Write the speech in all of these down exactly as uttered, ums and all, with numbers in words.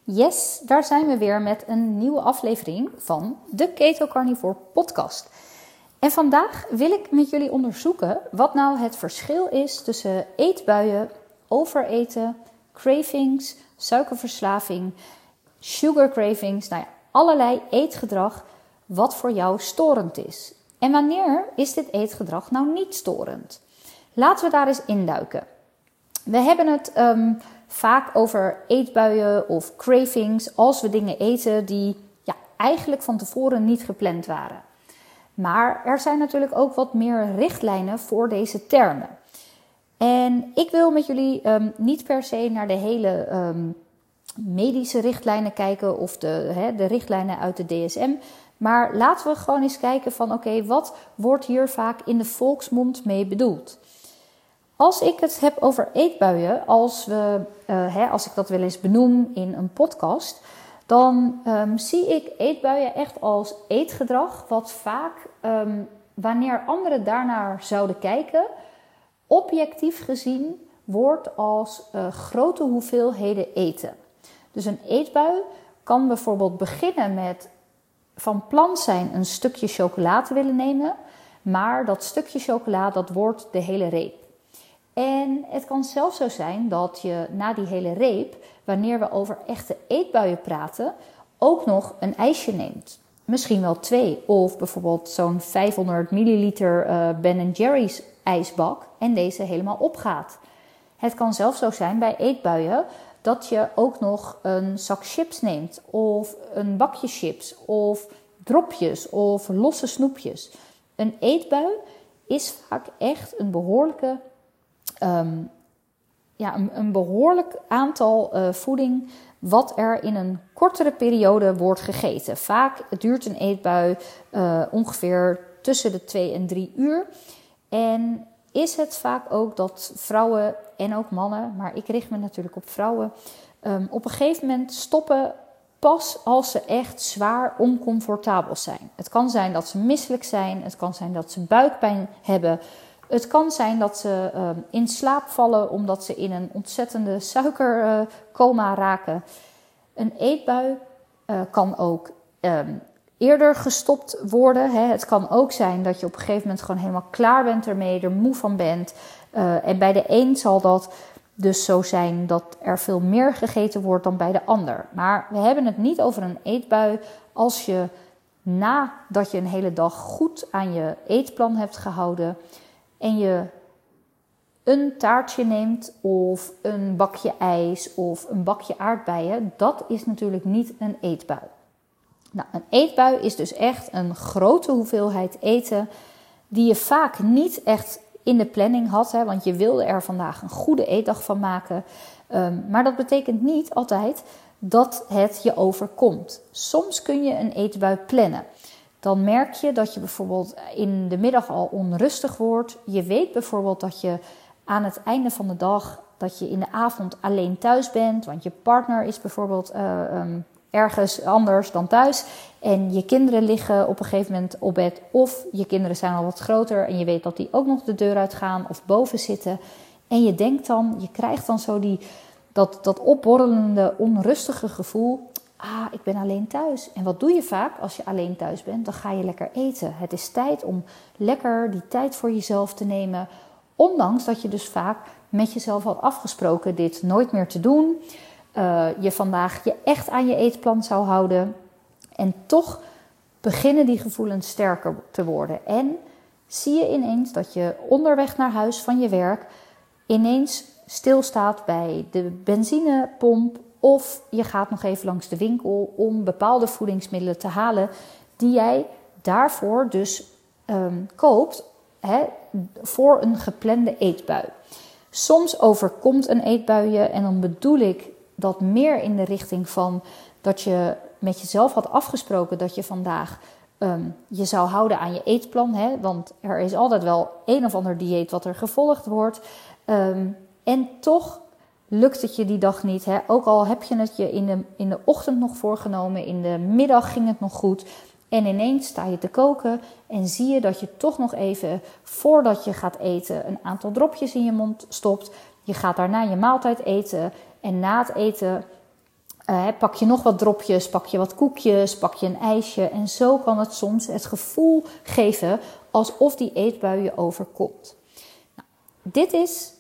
Yes, daar zijn we weer met een nieuwe aflevering van de Keto Carnivore podcast. En vandaag wil ik met jullie onderzoeken wat nou het verschil is tussen eetbuien, overeten, cravings, suikerverslaving, sugar cravings, nou ja, allerlei eetgedrag wat voor jou storend is. En wanneer is dit eetgedrag nou niet storend? Laten we daar eens induiken. We hebben het um, vaak over eetbuien of cravings als we dingen eten die ja, eigenlijk van tevoren niet gepland waren. Maar er zijn natuurlijk ook wat meer richtlijnen voor deze termen. En ik wil met jullie um, niet per se naar de hele um, medische richtlijnen kijken of de, he, de richtlijnen uit de D S M. Maar laten we gewoon eens kijken van oké, okay, wat wordt hier vaak in de volksmond mee bedoeld? Als ik het heb over eetbuien, als, we, uh, hè, als ik dat wel eens benoem in een podcast, dan um, zie ik eetbuien echt als eetgedrag wat vaak, um, wanneer anderen daarnaar zouden kijken, objectief gezien wordt als uh, grote hoeveelheden eten. Dus een eetbui kan bijvoorbeeld beginnen met van plan zijn een stukje chocola te willen nemen, maar dat stukje chocola dat wordt de hele reep. En het kan zelfs zo zijn dat je na die hele reep, wanneer we over echte eetbuien praten, ook nog een ijsje neemt. Misschien wel twee. Of bijvoorbeeld zo'n vijfhonderd milliliter uh, Ben Jerry's ijsbak en deze helemaal opgaat. Het kan zelfs zo zijn bij eetbuien dat je ook nog een zak chips neemt. Of een bakje chips. Of dropjes. Of losse snoepjes. Een eetbui is vaak echt een behoorlijke... Um, ja, een, een behoorlijk aantal uh, voeding wat er in een kortere periode wordt gegeten. Vaak duurt een eetbui uh, ongeveer tussen de twee en drie uur. En is het vaak ook dat vrouwen en ook mannen, maar ik richt me natuurlijk op vrouwen, um, op een gegeven moment stoppen pas als ze echt zwaar oncomfortabel zijn. Het kan zijn dat ze misselijk zijn, het kan zijn dat ze buikpijn hebben. Het kan zijn dat ze uh, in slaap vallen omdat ze in een ontzettende suikercoma uh, raken. Een eetbui uh, kan ook uh, eerder gestopt worden. Hè. Het kan ook zijn dat je op een gegeven moment gewoon helemaal klaar bent ermee, er moe van bent. Uh, en bij de een zal dat dus zo zijn dat er veel meer gegeten wordt dan bij de ander. Maar we hebben het niet over een eetbui als je nadat je een hele dag goed aan je eetplan hebt gehouden en je een taartje neemt of een bakje ijs of een bakje aardbeien, dat is natuurlijk niet een eetbui. Nou, een eetbui is dus echt een grote hoeveelheid eten die je vaak niet echt in de planning had, hè, want je wilde er vandaag een goede eetdag van maken. Um, maar dat betekent niet altijd dat het je overkomt. Soms kun je een eetbui plannen. Dan merk je dat je bijvoorbeeld in de middag al onrustig wordt. Je weet bijvoorbeeld dat je aan het einde van de dag, dat je in de avond alleen thuis bent. Want je partner is bijvoorbeeld uh, um, ergens anders dan thuis. En je kinderen liggen op een gegeven moment op bed. Of je kinderen zijn al wat groter en je weet dat die ook nog de deur uitgaan of boven zitten. En je denkt dan, je krijgt dan zo die, dat, dat opborrelende onrustige gevoel. Ah, ik ben alleen thuis. En wat doe je vaak als je alleen thuis bent? Dan ga je lekker eten. Het is tijd om lekker die tijd voor jezelf te nemen. Ondanks dat je dus vaak met jezelf had afgesproken dit nooit meer te doen. Uh, je vandaag je echt aan je eetplan zou houden. En toch beginnen die gevoelens sterker te worden. En zie je ineens dat je onderweg naar huis van je werk ineens stilstaat bij de benzinepomp. Of je gaat nog even langs de winkel om bepaalde voedingsmiddelen te halen die jij daarvoor dus um, koopt, hè, voor een geplande eetbui. Soms overkomt een eetbui je en dan bedoel ik dat meer in de richting van dat je met jezelf had afgesproken dat je vandaag um, je zou houden aan je eetplan. Hè, want er is altijd wel een of ander dieet wat er gevolgd wordt. Um, en toch lukt het je die dag niet. Hè? Ook al heb je het je in de, in de ochtend nog voorgenomen, in de middag ging het nog goed. En ineens sta je te koken en zie je dat je toch nog even, voordat je gaat eten, een aantal dropjes in je mond stopt. Je gaat daarna je maaltijd eten en na het eten Uh, pak je nog wat dropjes, pak je wat koekjes, pak je een ijsje. En zo kan het soms het gevoel geven alsof die eetbui je overkomt. Nou, dit is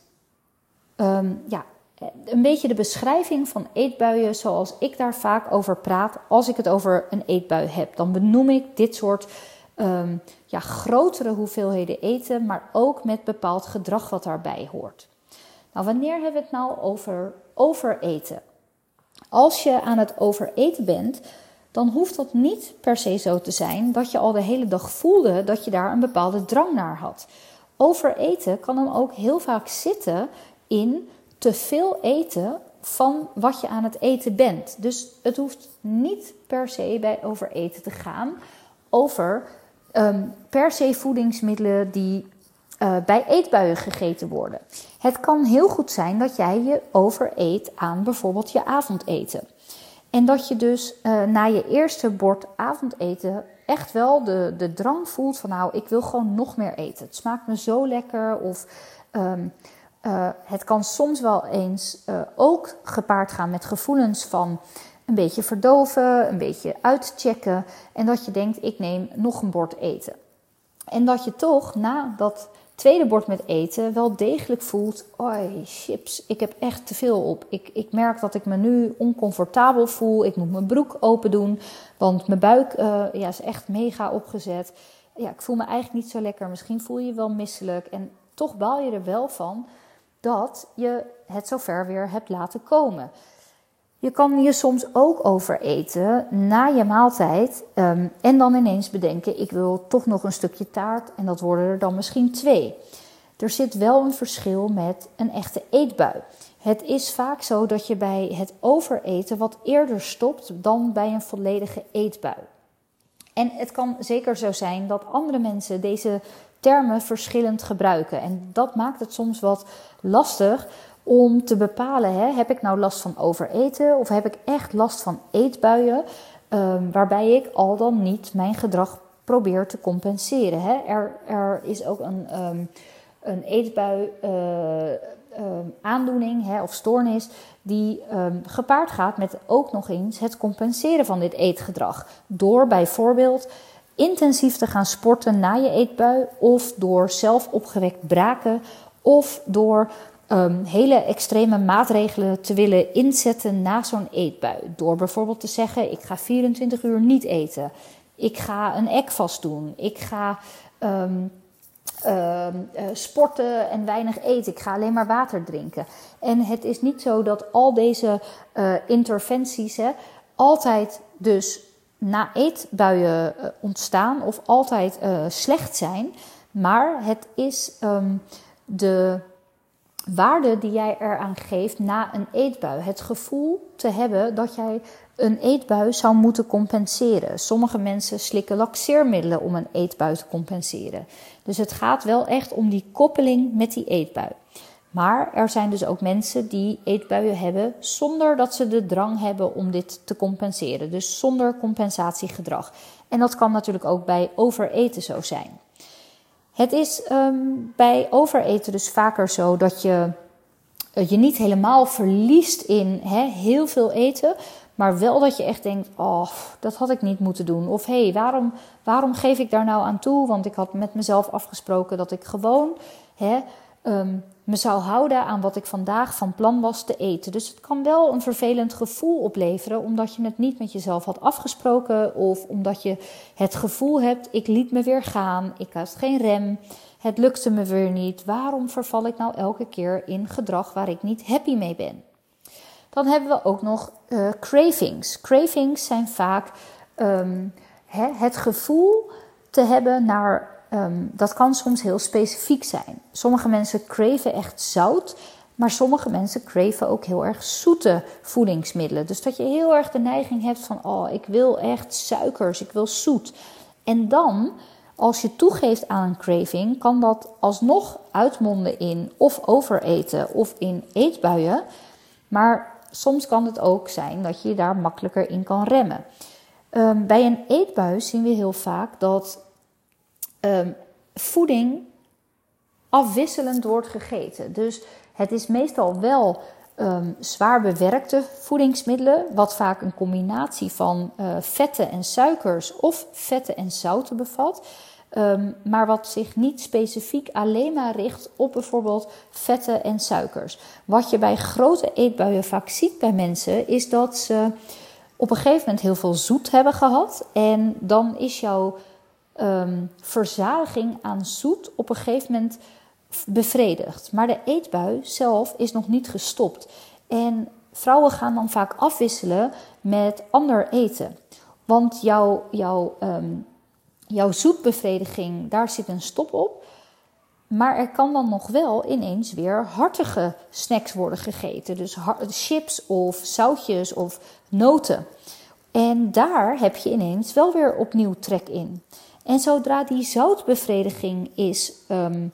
um, ja, een beetje de beschrijving van eetbuien zoals ik daar vaak over praat als ik het over een eetbui heb. Dan benoem ik dit soort um, ja, grotere hoeveelheden eten, maar ook met bepaald gedrag wat daarbij hoort. Nou, wanneer hebben we het nou over overeten? Als je aan het overeten bent, dan hoeft dat niet per se zo te zijn dat je al de hele dag voelde dat je daar een bepaalde drang naar had. Overeten kan dan ook heel vaak zitten in te veel eten van wat je aan het eten bent. Dus het hoeft niet per se bij overeten te gaan over um, per se voedingsmiddelen die uh, bij eetbuien gegeten worden. Het kan heel goed zijn dat jij je overeet aan bijvoorbeeld je avondeten. En dat je dus uh, na je eerste bord avondeten echt wel de, de drang voelt van nou, ik wil gewoon nog meer eten. Het smaakt me zo lekker. Of um, uh, het kan soms wel eens uh, ook gepaard gaan met gevoelens van een beetje verdoven, een beetje uitchecken. En dat je denkt, ik neem nog een bord eten. En dat je toch na dat tweede bord met eten wel degelijk voelt, oi, chips, ik heb echt te veel op. Ik, ik merk dat ik me nu oncomfortabel voel. Ik moet mijn broek open doen, want mijn buik uh, ja, is echt mega opgezet. Ja, ik voel me eigenlijk niet zo lekker. Misschien voel je je wel misselijk. En toch baal je er wel van dat je het zover weer hebt laten komen. Je kan je soms ook overeten na je maaltijd um, en dan ineens bedenken, ik wil toch nog een stukje taart en dat worden er dan misschien twee. Er zit wel een verschil met een echte eetbui. Het is vaak zo dat je bij het overeten wat eerder stopt dan bij een volledige eetbui. En het kan zeker zo zijn dat andere mensen deze termen verschillend gebruiken. En dat maakt het soms wat lastig om te bepalen, hè, heb ik nou last van overeten of heb ik echt last van eetbuien, um, waarbij ik al dan niet mijn gedrag probeer te compenseren. Hè. Er, er is ook een, um, een eetbui uh, um, aandoening hè, of stoornis die um, gepaard gaat met ook nog eens het compenseren van dit eetgedrag. Door bijvoorbeeld intensief te gaan sporten na je eetbui of door zelf opgewekt braken of door Um, hele extreme maatregelen te willen inzetten na zo'n eetbui. Door bijvoorbeeld te zeggen, ik ga vierentwintig uur niet eten. Ik ga een ekvast doen. Ik ga um, uh, uh, sporten en weinig eten. Ik ga alleen maar water drinken. En het is niet zo dat al deze uh, interventies hè, altijd dus na eetbuien uh, ontstaan of altijd uh, slecht zijn. Maar het is um, de waarde die jij eraan geeft na een eetbui. Het gevoel te hebben dat jij een eetbui zou moeten compenseren. Sommige mensen slikken laxeermiddelen om een eetbui te compenseren. Dus het gaat wel echt om die koppeling met die eetbui. Maar er zijn dus ook mensen die eetbuien hebben zonder dat ze de drang hebben om dit te compenseren. Dus zonder compensatiegedrag. En dat kan natuurlijk ook bij overeten zo zijn. Het is um, bij overeten dus vaker zo dat je uh, je niet helemaal verliest in hè, heel veel eten. Maar wel dat je echt denkt, oh, dat had ik niet moeten doen. Of hé, hey, waarom, waarom geef ik daar nou aan toe? Want ik had met mezelf afgesproken dat ik gewoon hè, um, me zou houden aan wat ik vandaag van plan was te eten. Dus het kan wel een vervelend gevoel opleveren omdat je het niet met jezelf had afgesproken. Of omdat je het gevoel hebt, ik liet me weer gaan, ik had geen rem, het lukte me weer niet. Waarom verval ik nou elke keer in gedrag waar ik niet happy mee ben? Dan hebben we ook nog uh, cravings. Cravings zijn vaak um, he, het gevoel te hebben naar, um, dat kan soms heel specifiek zijn. Sommige mensen craven echt zout, maar sommige mensen craven ook heel erg zoete voedingsmiddelen. Dus dat je heel erg de neiging hebt van, oh, ik wil echt suikers, ik wil zoet. En dan, als je toegeeft aan een craving, kan dat alsnog uitmonden in of overeten of in eetbuien. Maar soms kan het ook zijn dat je je daar makkelijker in kan remmen. Um, bij een eetbui zien we heel vaak dat um, voeding afwisselend wordt gegeten. Dus het is meestal wel um, zwaar bewerkte voedingsmiddelen, wat vaak een combinatie van uh, vetten en suikers of vetten en zouten bevat. Um, maar wat zich niet specifiek alleen maar richt op bijvoorbeeld vetten en suikers. Wat je bij grote eetbuien vaak ziet bij mensen, is dat ze op een gegeven moment heel veel zoet hebben gehad. En dan is jouw um, verzadiging aan zoet op een gegeven moment bevredigd. Maar de eetbui zelf is nog niet gestopt. En vrouwen gaan dan vaak afwisselen met ander eten. Want jouw, jouw, um, jouw zoetbevrediging, daar zit een stop op. Maar er kan dan nog wel ineens weer hartige snacks worden gegeten. Dus chips of zoutjes of noten. En daar heb je ineens wel weer opnieuw trek in. En zodra die zoutbevrediging is um,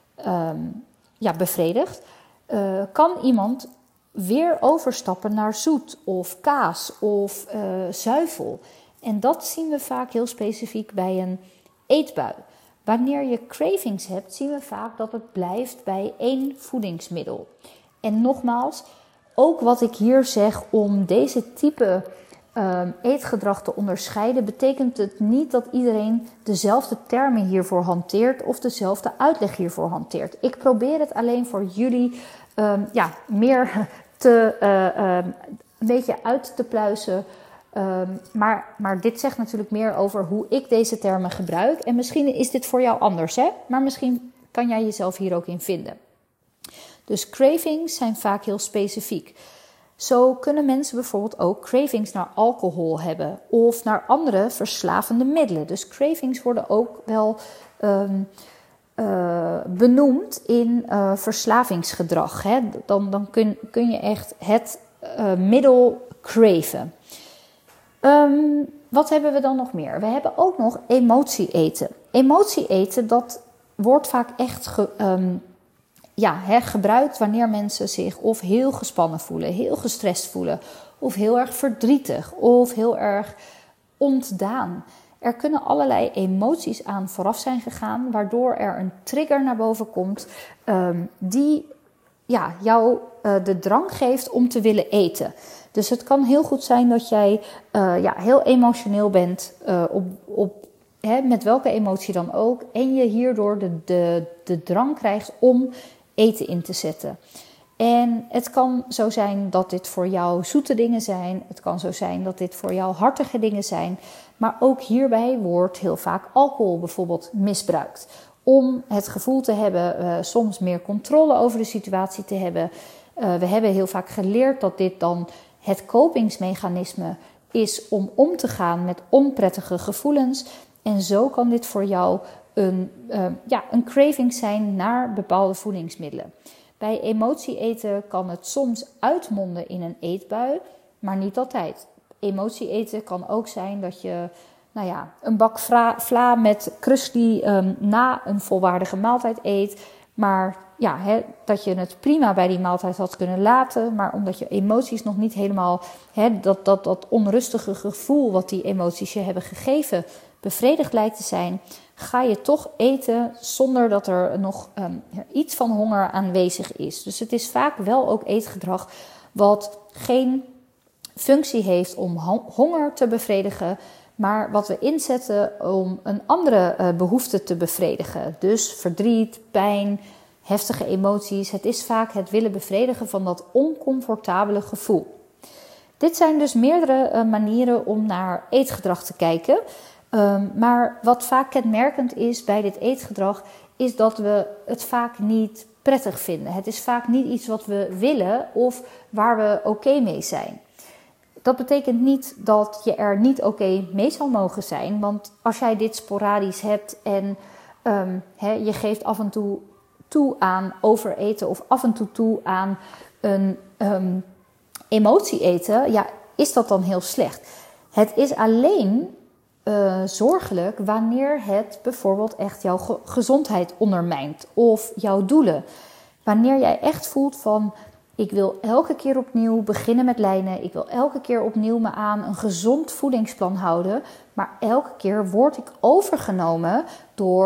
um, ja, bevredigd, uh, kan iemand weer overstappen naar zoet of kaas of uh, zuivel. En dat zien we vaak heel specifiek bij een eetbui. Wanneer je cravings hebt, zien we vaak dat het blijft bij één voedingsmiddel. En nogmaals, ook wat ik hier zeg om deze type um, eetgedrag te onderscheiden, betekent het niet dat iedereen dezelfde termen hiervoor hanteert of dezelfde uitleg hiervoor hanteert. Ik probeer het alleen voor jullie um, ja, meer te, uh, um, een beetje uit te pluizen. Um, maar, maar dit zegt natuurlijk meer over hoe ik deze termen gebruik. En misschien is dit voor jou anders, hè? Maar misschien kan jij jezelf hier ook in vinden. Dus cravings zijn vaak heel specifiek. Zo kunnen mensen bijvoorbeeld ook cravings naar alcohol hebben of naar andere verslavende middelen. Dus cravings worden ook wel um, uh, benoemd in uh, verslavingsgedrag. Hè? Dan, dan kun, kun je echt het uh, middel craven. Um, wat hebben we dan nog meer? We hebben ook nog emotie eten. Emotie eten, dat wordt vaak echt ge, um, ja, he, gebruikt wanneer mensen zich of heel gespannen voelen, heel gestrest voelen, of heel erg verdrietig, of heel erg ontdaan. Er kunnen allerlei emoties aan vooraf zijn gegaan, waardoor er een trigger naar boven komt um, die ja, jou uh, de drang geeft om te willen eten. Dus het kan heel goed zijn dat jij uh, ja, heel emotioneel bent, uh, op, op, hè, met welke emotie dan ook. En je hierdoor de, de, de drang krijgt om eten in te zetten. En het kan zo zijn dat dit voor jou zoete dingen zijn. Het kan zo zijn dat dit voor jou hartige dingen zijn. Maar ook hierbij wordt heel vaak alcohol bijvoorbeeld misbruikt. Om het gevoel te hebben, uh, soms meer controle over de situatie te hebben. Uh, we hebben heel vaak geleerd dat dit dan het kopingsmechanisme is om om te gaan met onprettige gevoelens. En zo kan dit voor jou een, uh, ja, een craving zijn naar bepaalde voedingsmiddelen. Bij emotie eten kan het soms uitmonden in een eetbui, maar niet altijd. Emotie eten kan ook zijn dat je nou ja, een bak vla, vla met krusli um, na een volwaardige maaltijd eet. Maar ja, he, dat je het prima bij die maaltijd had kunnen laten. Maar omdat je emoties nog niet helemaal, he, dat, dat, dat onrustige gevoel wat die emoties je hebben gegeven, bevredigd lijkt te zijn, ga je toch eten zonder dat er nog um, iets van honger aanwezig is. Dus het is vaak wel ook eetgedrag wat geen functie heeft om honger te bevredigen, maar wat we inzetten om een andere uh, behoefte te bevredigen. Dus verdriet, pijn, heftige emoties. Het is vaak het willen bevredigen van dat oncomfortabele gevoel. Dit zijn dus meerdere uh, manieren om naar eetgedrag te kijken. Um, maar wat vaak kenmerkend is bij dit eetgedrag, is dat we het vaak niet prettig vinden. Het is vaak niet iets wat we willen of waar we oké okay mee zijn. Dat betekent niet dat je er niet oké okay mee zou mogen zijn. Want als jij dit sporadisch hebt en um, he, je geeft af en toe toe aan overeten of af en toe toe aan een um, emotie eten, ja, is dat dan heel slecht. Het is alleen uh, zorgelijk wanneer het bijvoorbeeld echt jouw ge- gezondheid ondermijnt of jouw doelen. Wanneer jij echt voelt van, ik wil elke keer opnieuw beginnen met lijnen. Ik wil elke keer opnieuw me aan een gezond voedingsplan houden. Maar elke keer word ik overgenomen door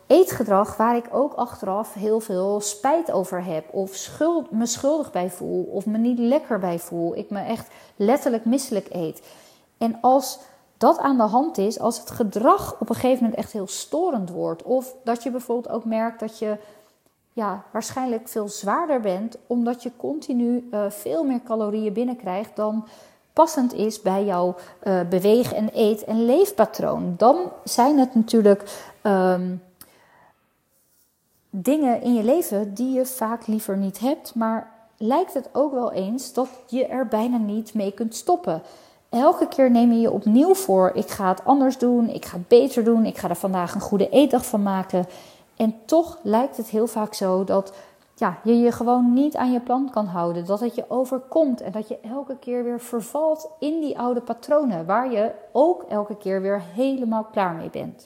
eetgedrag waar ik ook achteraf heel veel spijt over heb. Of schuld, me schuldig bij voel. Of me niet lekker bij voel. Ik me echt letterlijk misselijk eet. En als dat aan de hand is, als het gedrag op een gegeven moment echt heel storend wordt. Of dat je bijvoorbeeld ook merkt dat je ja, waarschijnlijk veel zwaarder bent. Omdat je continu uh, veel meer calorieën binnenkrijgt dan passend is bij jouw uh, beweeg- en eet- en leefpatroon. Dan zijn het natuurlijk um, dingen in je leven die je vaak liever niet hebt. Maar lijkt het ook wel eens dat je er bijna niet mee kunt stoppen. Elke keer neem je je opnieuw voor. Ik ga het anders doen, ik ga het beter doen. Ik ga er vandaag een goede eetdag van maken. En toch lijkt het heel vaak zo dat ja, je je gewoon niet aan je plan kan houden. Dat het je overkomt en dat je elke keer weer vervalt in die oude patronen. Waar je ook elke keer weer helemaal klaar mee bent.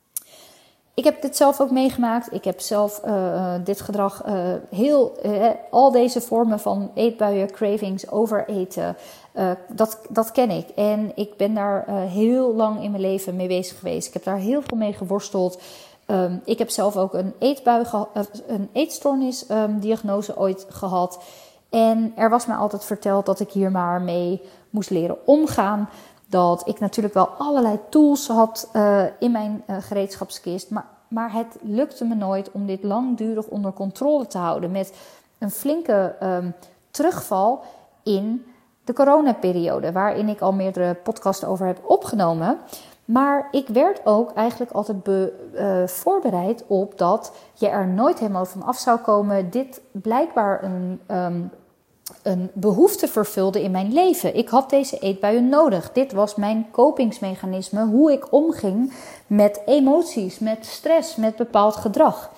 Ik heb dit zelf ook meegemaakt. Ik heb zelf uh, dit gedrag, uh, heel, uh, al deze vormen van eetbuien, cravings, overeten, uh, dat, dat ken ik. En ik ben daar uh, heel lang in mijn leven mee bezig geweest. Ik heb daar heel veel mee geworsteld. Um, ik heb zelf ook een eetbui, ge- uh, een eetstoornis um, diagnose ooit gehad. En er was mij altijd verteld dat ik hier maar mee moest leren omgaan. Dat ik natuurlijk wel allerlei tools had uh, in mijn uh, gereedschapskist. Maar, maar het lukte me nooit om dit langdurig onder controle te houden. Met een flinke um, terugval in de coronaperiode. Waarin ik al meerdere podcasts over heb opgenomen. Maar ik werd ook eigenlijk altijd be, uh, voorbereid op dat je er nooit helemaal van af zou komen. Dit blijkbaar een... Um, een behoefte vervulde in mijn leven. Ik had deze eetbuien nodig. Dit was mijn kopingsmechanisme, hoe ik omging met emoties, met stress, met bepaald gedrag.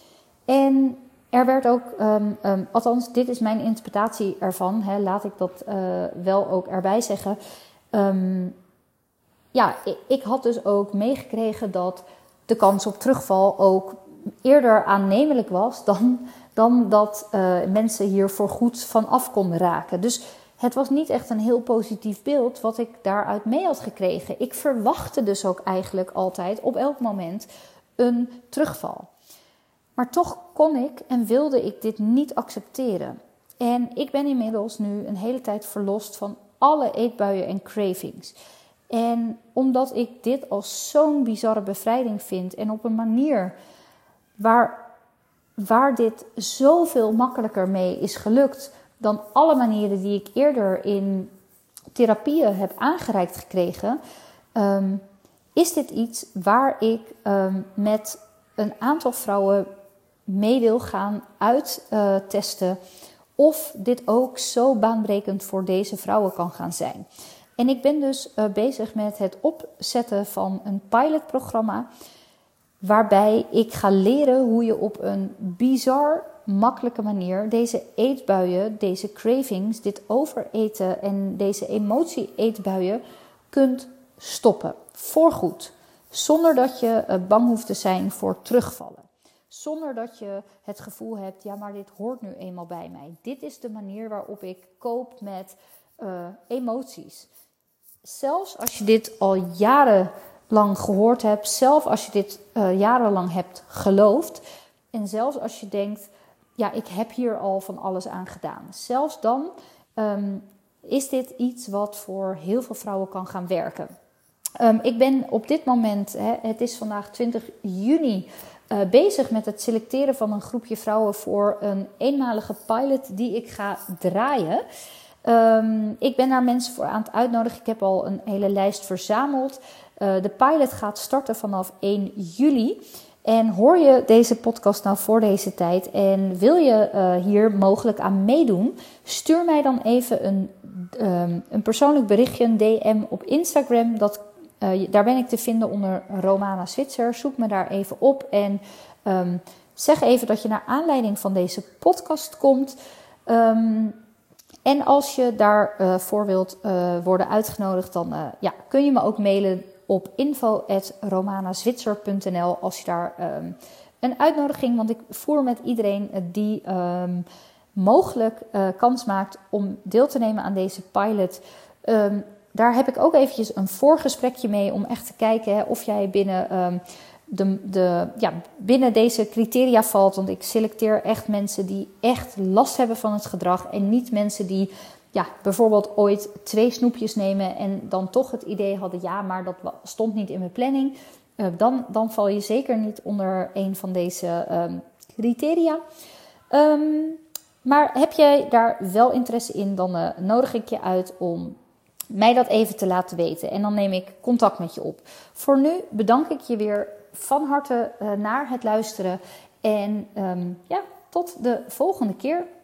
En er werd ook, um, um, althans dit is mijn interpretatie ervan, hè, laat ik dat uh, wel ook erbij zeggen. Um, ja, ik, ik had dus ook meegekregen dat de kans op terugval ook eerder aannemelijk was dan... dan dat uh, mensen hier voorgoed van af konden raken. Dus het was niet echt een heel positief beeld wat ik daaruit mee had gekregen. Ik verwachtte dus ook eigenlijk altijd op elk moment een terugval. Maar toch kon ik en wilde ik dit niet accepteren. En ik ben inmiddels nu een hele tijd verlost van alle eetbuien en cravings. En omdat ik dit als zo'n bizarre bevrijding vind en op een manier waar... waar dit zoveel makkelijker mee is gelukt dan alle manieren die ik eerder in therapieën heb aangereikt gekregen, um, is dit iets waar ik um, met een aantal vrouwen mee wil gaan uittesten uh, of dit ook zo baanbrekend voor deze vrouwen kan gaan zijn. En ik ben dus uh, bezig met het opzetten van een pilotprogramma waarbij ik ga leren hoe je op een bizar makkelijke manier deze eetbuien, deze cravings, dit overeten en deze emotie-eetbuien kunt stoppen. Voorgoed. Zonder dat je bang hoeft te zijn voor terugvallen. Zonder dat je het gevoel hebt, ja maar dit hoort nu eenmaal bij mij. Dit is de manier waarop ik koop met uh, emoties. Zelfs als je dit al jaren lang gehoord hebt, zelfs als je dit uh, jarenlang hebt geloofd en zelfs als je denkt, ja, ik heb hier al van alles aan gedaan. Zelfs dan um, is dit iets wat voor heel veel vrouwen kan gaan werken. Um, ik ben op dit moment, hè, het is vandaag twintig juni, uh, bezig met het selecteren van een groepje vrouwen voor een eenmalige pilot die ik ga draaien. Um, ik ben daar mensen voor aan het uitnodigen. Ik heb al een hele lijst verzameld. Uh, de pilot gaat starten vanaf één juli. En hoor je deze podcast nou voor deze tijd en wil je uh, hier mogelijk aan meedoen? Stuur mij dan even een, um, een persoonlijk berichtje, een D M op Instagram. Dat, uh, daar ben ik te vinden onder Romana Zwitser. Zoek me daar even op en um, zeg even dat je naar aanleiding van deze podcast komt. Um, en als je daarvoor uh, voor wilt uh, worden uitgenodigd, dan uh, ja, kun je me ook mailen op info at romanazwitser punt n l als je daar um, een uitnodiging, want ik voer met iedereen die um, mogelijk uh, kans maakt om deel te nemen aan deze pilot. Um, daar heb ik ook eventjes een voorgesprekje mee om echt te kijken hè, of jij binnen um, de, de, ja, binnen deze criteria valt. Want ik selecteer echt mensen die echt last hebben van het gedrag. En niet mensen die ja, bijvoorbeeld ooit twee snoepjes nemen en dan toch het idee hadden, ja, maar dat stond niet in mijn planning. Uh, dan, dan val je zeker niet onder een van deze um, criteria. Um, maar heb jij daar wel interesse in, dan uh, nodig ik je uit om mij dat even te laten weten. En dan neem ik contact met je op. Voor nu bedank ik je weer van harte uh, naar het luisteren. En um, ja, tot de volgende keer.